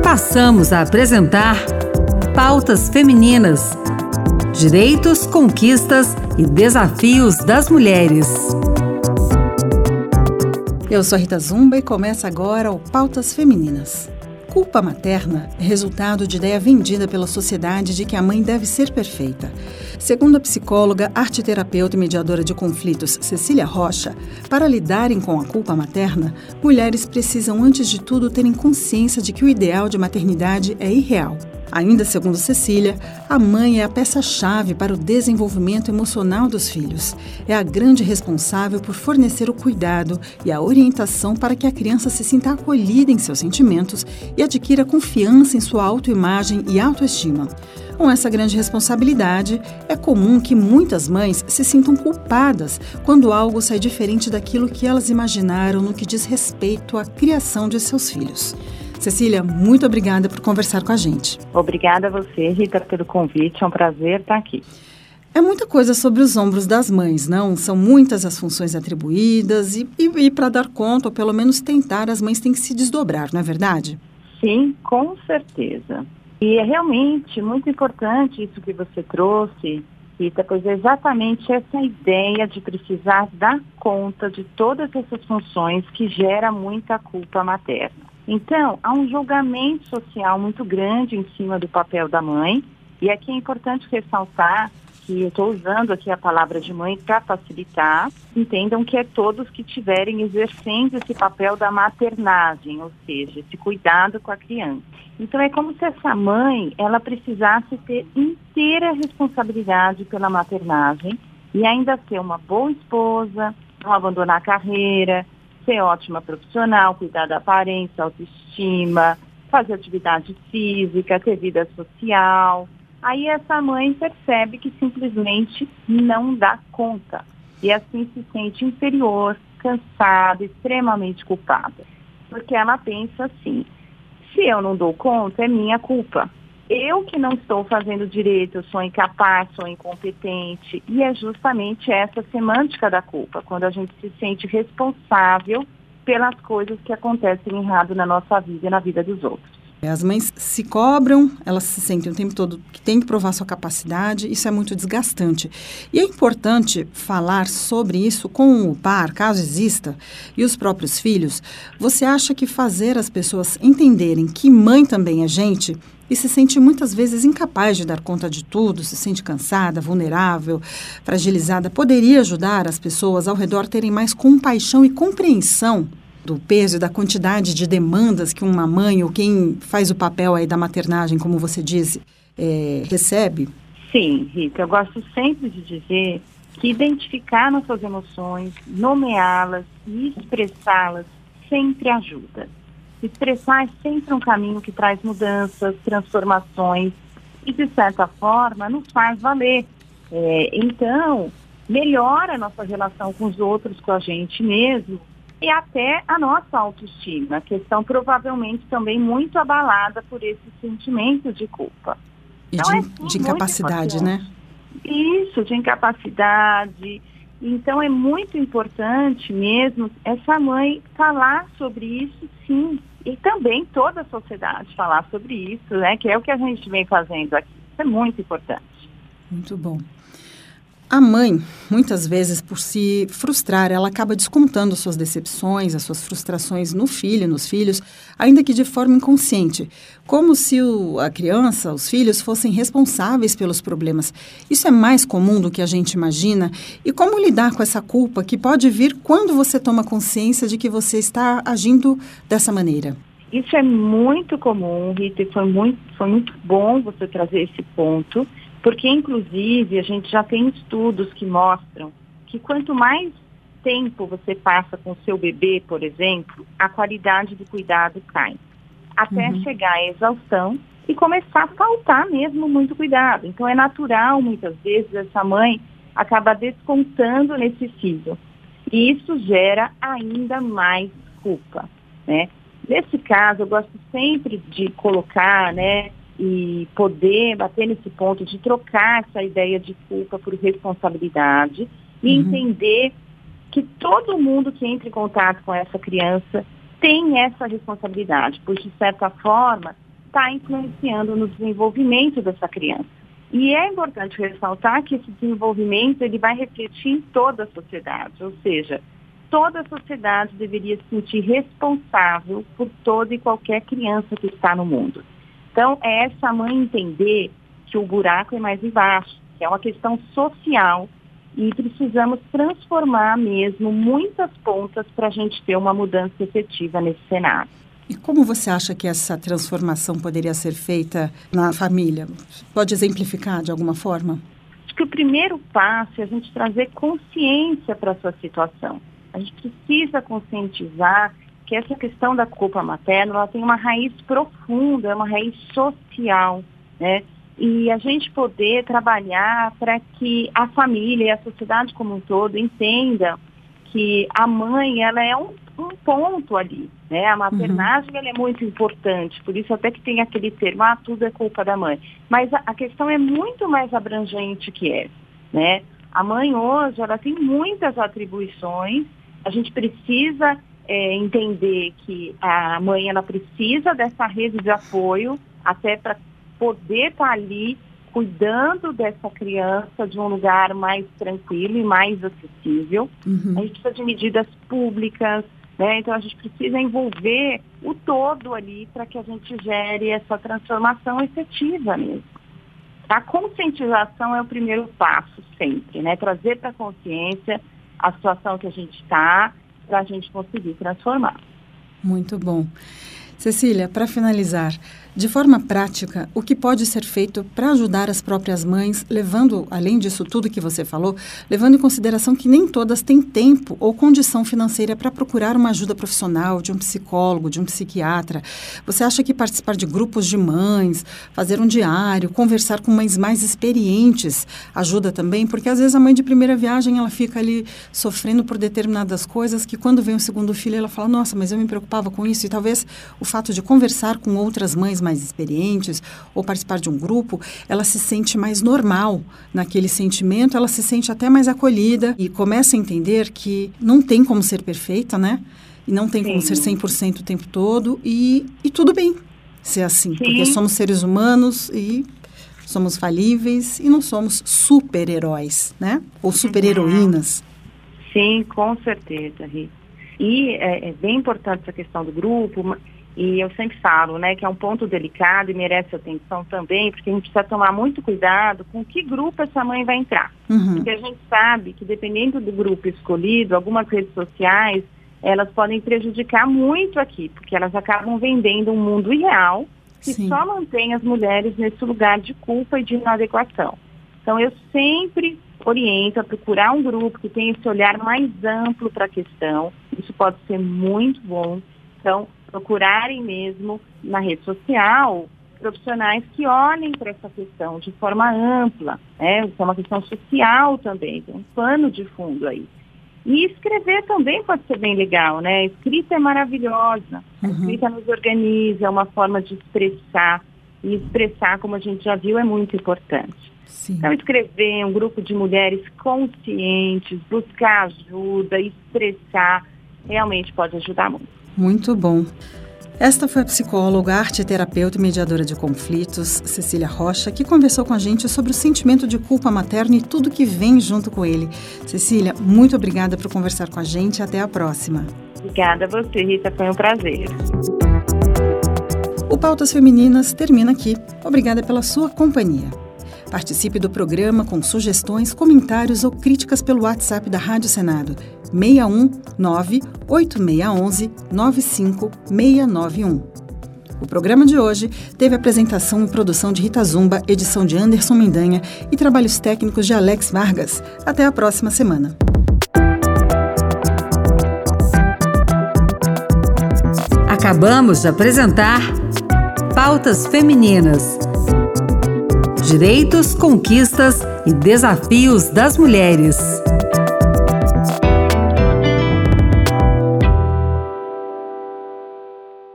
Passamos a apresentar Pautas Femininas: direitos, conquistas e desafios das mulheres. Eu sou a Rita Zumba e começa agora o Pautas Femininas. Culpa materna é resultado de ideia vendida pela sociedade de que a mãe deve ser perfeita. Segundo a psicóloga, arteterapeuta e mediadora de conflitos Cecília Rocha, para lidarem com a culpa materna, mulheres precisam, antes de tudo, terem consciência de que o ideal de maternidade é irreal. Ainda segundo Cecília, a mãe é a peça-chave para o desenvolvimento emocional dos filhos. É a grande responsável por fornecer o cuidado e a orientação para que a criança se sinta acolhida em seus sentimentos e adquira confiança em sua autoimagem e autoestima. Com essa grande responsabilidade, é comum que muitas mães se sintam culpadas quando algo sai diferente daquilo que elas imaginaram no que diz respeito à criação de seus filhos. Cecília, muito obrigada por conversar com a gente. Obrigada a você, Rita, pelo convite. É um prazer estar aqui. É muita coisa sobre os ombros das mães, não? São muitas as funções atribuídas e para dar conta, ou pelo menos tentar, as mães têm que se desdobrar, não é verdade? Sim, com certeza. E é realmente muito importante isso que você trouxe, Rita, pois é exatamente essa ideia de precisar dar conta de todas essas funções que gera muita culpa materna. Então, há um julgamento social muito grande em cima do papel da mãe, e aqui é importante ressaltar que eu estou usando aqui a palavra de mãe para facilitar. Entendam que é todos que estiverem exercendo esse papel da maternagem, ou seja, esse cuidado com a criança. Então, é como se essa mãe, ela precisasse ter inteira responsabilidade pela maternagem e ainda ser uma boa esposa, não abandonar a carreira, ser ótima profissional, cuidar da aparência, autoestima, fazer atividade física, ter vida social. Aí essa mãe percebe que simplesmente não dá conta e assim se sente inferior, cansada, extremamente culpada. Porque ela pensa assim: se eu não dou conta, é minha culpa. Eu que não estou fazendo direito, eu sou incapaz, sou incompetente. E é justamente essa semântica da culpa, quando a gente se sente responsável pelas coisas que acontecem errado na nossa vida e na vida dos outros. As mães se cobram, elas se sentem o tempo todo que tem que provar sua capacidade, isso é muito desgastante. E é importante falar sobre isso com o par, caso exista, e os próprios filhos. Você acha que fazer as pessoas entenderem que mãe também é gente e se sente muitas vezes incapaz de dar conta de tudo, se sente cansada, vulnerável, fragilizada, poderia ajudar as pessoas ao redor terem mais compaixão e compreensão do peso e da quantidade de demandas que uma mãe ou quem faz o papel aí da maternagem, como você disse, recebe? Sim, Rita, eu gosto sempre de dizer que identificar nossas emoções, nomeá-las e expressá-las sempre ajuda. Expressar é sempre um caminho que traz mudanças, transformações e, de certa forma, nos faz valer. Então, melhora a nossa relação com os outros, com a gente mesmo, e até a nossa autoestima, que estão provavelmente também muito abalada por esses sentimentos de culpa. E então, de incapacidade, né? Isso, de incapacidade. Então, é muito importante mesmo essa mãe falar sobre isso, sim. E também toda a sociedade falar sobre isso, né? Que é o que a gente vem fazendo aqui. Isso é muito importante. Muito bom. A mãe, muitas vezes, por se frustrar, ela acaba descontando suas decepções, as suas frustrações no filho, nos filhos, ainda que de forma inconsciente, como se a criança, os filhos, fossem responsáveis pelos problemas. Isso é mais comum do que a gente imagina? E como lidar com essa culpa que pode vir quando você toma consciência de que você está agindo dessa maneira? Isso é muito comum, Rita, e foi muito bom você trazer esse ponto. Porque, inclusive, a gente já tem estudos que mostram que quanto mais tempo você passa com o seu bebê, por exemplo, a qualidade do cuidado cai. Até chegar à exaustão e começar a faltar mesmo muito cuidado. Então, é natural, muitas vezes, essa mãe acaba descontando nesse filho. E isso gera ainda mais culpa, né? Nesse caso, eu gosto sempre de colocar, né, e poder bater nesse ponto de trocar essa ideia de culpa por responsabilidade e entender que todo mundo que entra em contato com essa criança tem essa responsabilidade, pois, de certa forma, está influenciando no desenvolvimento dessa criança. E é importante ressaltar que esse desenvolvimento ele vai refletir em toda a sociedade, ou seja, toda a sociedade deveria se sentir responsável por toda e qualquer criança que está no mundo. Então, é essa mãe entender que o buraco é mais embaixo, que é uma questão social e precisamos transformar mesmo muitas pontas para a gente ter uma mudança efetiva nesse cenário. E como você acha que essa transformação poderia ser feita na família? Pode exemplificar de alguma forma? Acho que o primeiro passo é a gente trazer consciência para essa situação. A gente precisa conscientizar que essa questão da culpa materna, ela tem uma raiz profunda, é uma raiz social, né? E a gente poder trabalhar para que a família e a sociedade como um todo entenda que a mãe, ela é um ponto ali, né? A maternagem, ela é muito importante, por isso até que tem aquele termo, tudo é culpa da mãe. Mas a questão é muito mais abrangente que essa, né? A mãe hoje, ela tem muitas atribuições, a gente precisa entender que a mãe, ela precisa dessa rede de apoio, até para poder estar ali cuidando dessa criança de um lugar mais tranquilo e mais acessível. A gente precisa de medidas públicas, né? Então a gente precisa envolver o todo ali para que a gente gere essa transformação efetiva mesmo. A conscientização é o primeiro passo sempre, né? Trazer para a consciência a situação que a gente está para a gente conseguir transformar. Muito bom. Cecília, para finalizar, de forma prática, o que pode ser feito para ajudar as próprias mães, levando, além disso tudo que você falou, levando em consideração que nem todas têm tempo ou condição financeira para procurar uma ajuda profissional, de um psicólogo, de um psiquiatra? Você acha que participar de grupos de mães, fazer um diário, conversar com mães mais experientes ajuda também? Porque às vezes a mãe de primeira viagem, ela fica ali sofrendo por determinadas coisas que quando vem o segundo filho, ela fala, nossa, mas eu me preocupava com isso. E talvez o fato de conversar com outras mães mais experientes ou participar de um grupo, ela se sente mais normal naquele sentimento, ela se sente até mais acolhida e começa a entender que não tem como ser perfeita, né? E não tem como ser 100% o tempo todo e tudo bem ser assim, porque somos seres humanos e somos falíveis e não somos super-heróis, né? Ou super-heroínas. Sim, com certeza, Rita. E é bem importante essa questão do grupo. E eu sempre falo, né, que é um ponto delicado e merece atenção também, porque a gente precisa tomar muito cuidado com que grupo essa mãe vai entrar. Porque a gente sabe que dependendo do grupo escolhido, algumas redes sociais, elas podem prejudicar muito aqui, porque elas acabam vendendo um mundo irreal que só mantém as mulheres nesse lugar de culpa e de inadequação. Então eu sempre oriento a procurar um grupo que tenha esse olhar mais amplo para a questão. Isso pode ser muito bom. Então, procurarem mesmo na rede social profissionais que olhem para essa questão de forma ampla, né? Isso é uma questão social também, tem um pano de fundo aí. E escrever também pode ser bem legal, né? A escrita é maravilhosa, a escrita nos organiza, é uma forma de expressar, e expressar, como a gente já viu, é muito importante. Então, escrever um grupo de mulheres conscientes, buscar ajuda, expressar, realmente pode ajudar muito. Muito bom. Esta foi a psicóloga, arteterapeuta e mediadora de conflitos, Cecília Rocha, que conversou com a gente sobre o sentimento de culpa materna e tudo que vem junto com ele. Cecília, muito obrigada por conversar com a gente. Até a próxima. Obrigada a você, Rita. Foi um prazer. O Pautas Femininas termina aqui. Obrigada pela sua companhia. Participe do programa com sugestões, comentários ou críticas pelo WhatsApp da Rádio Senado, 619-8611-95691. O programa de hoje teve apresentação e produção de Rita Zumba, edição de Anderson Mendanha e trabalhos técnicos de Alex Vargas. Até a próxima semana. Acabamos de apresentar Pautas Femininas. Direitos, conquistas e desafios das mulheres.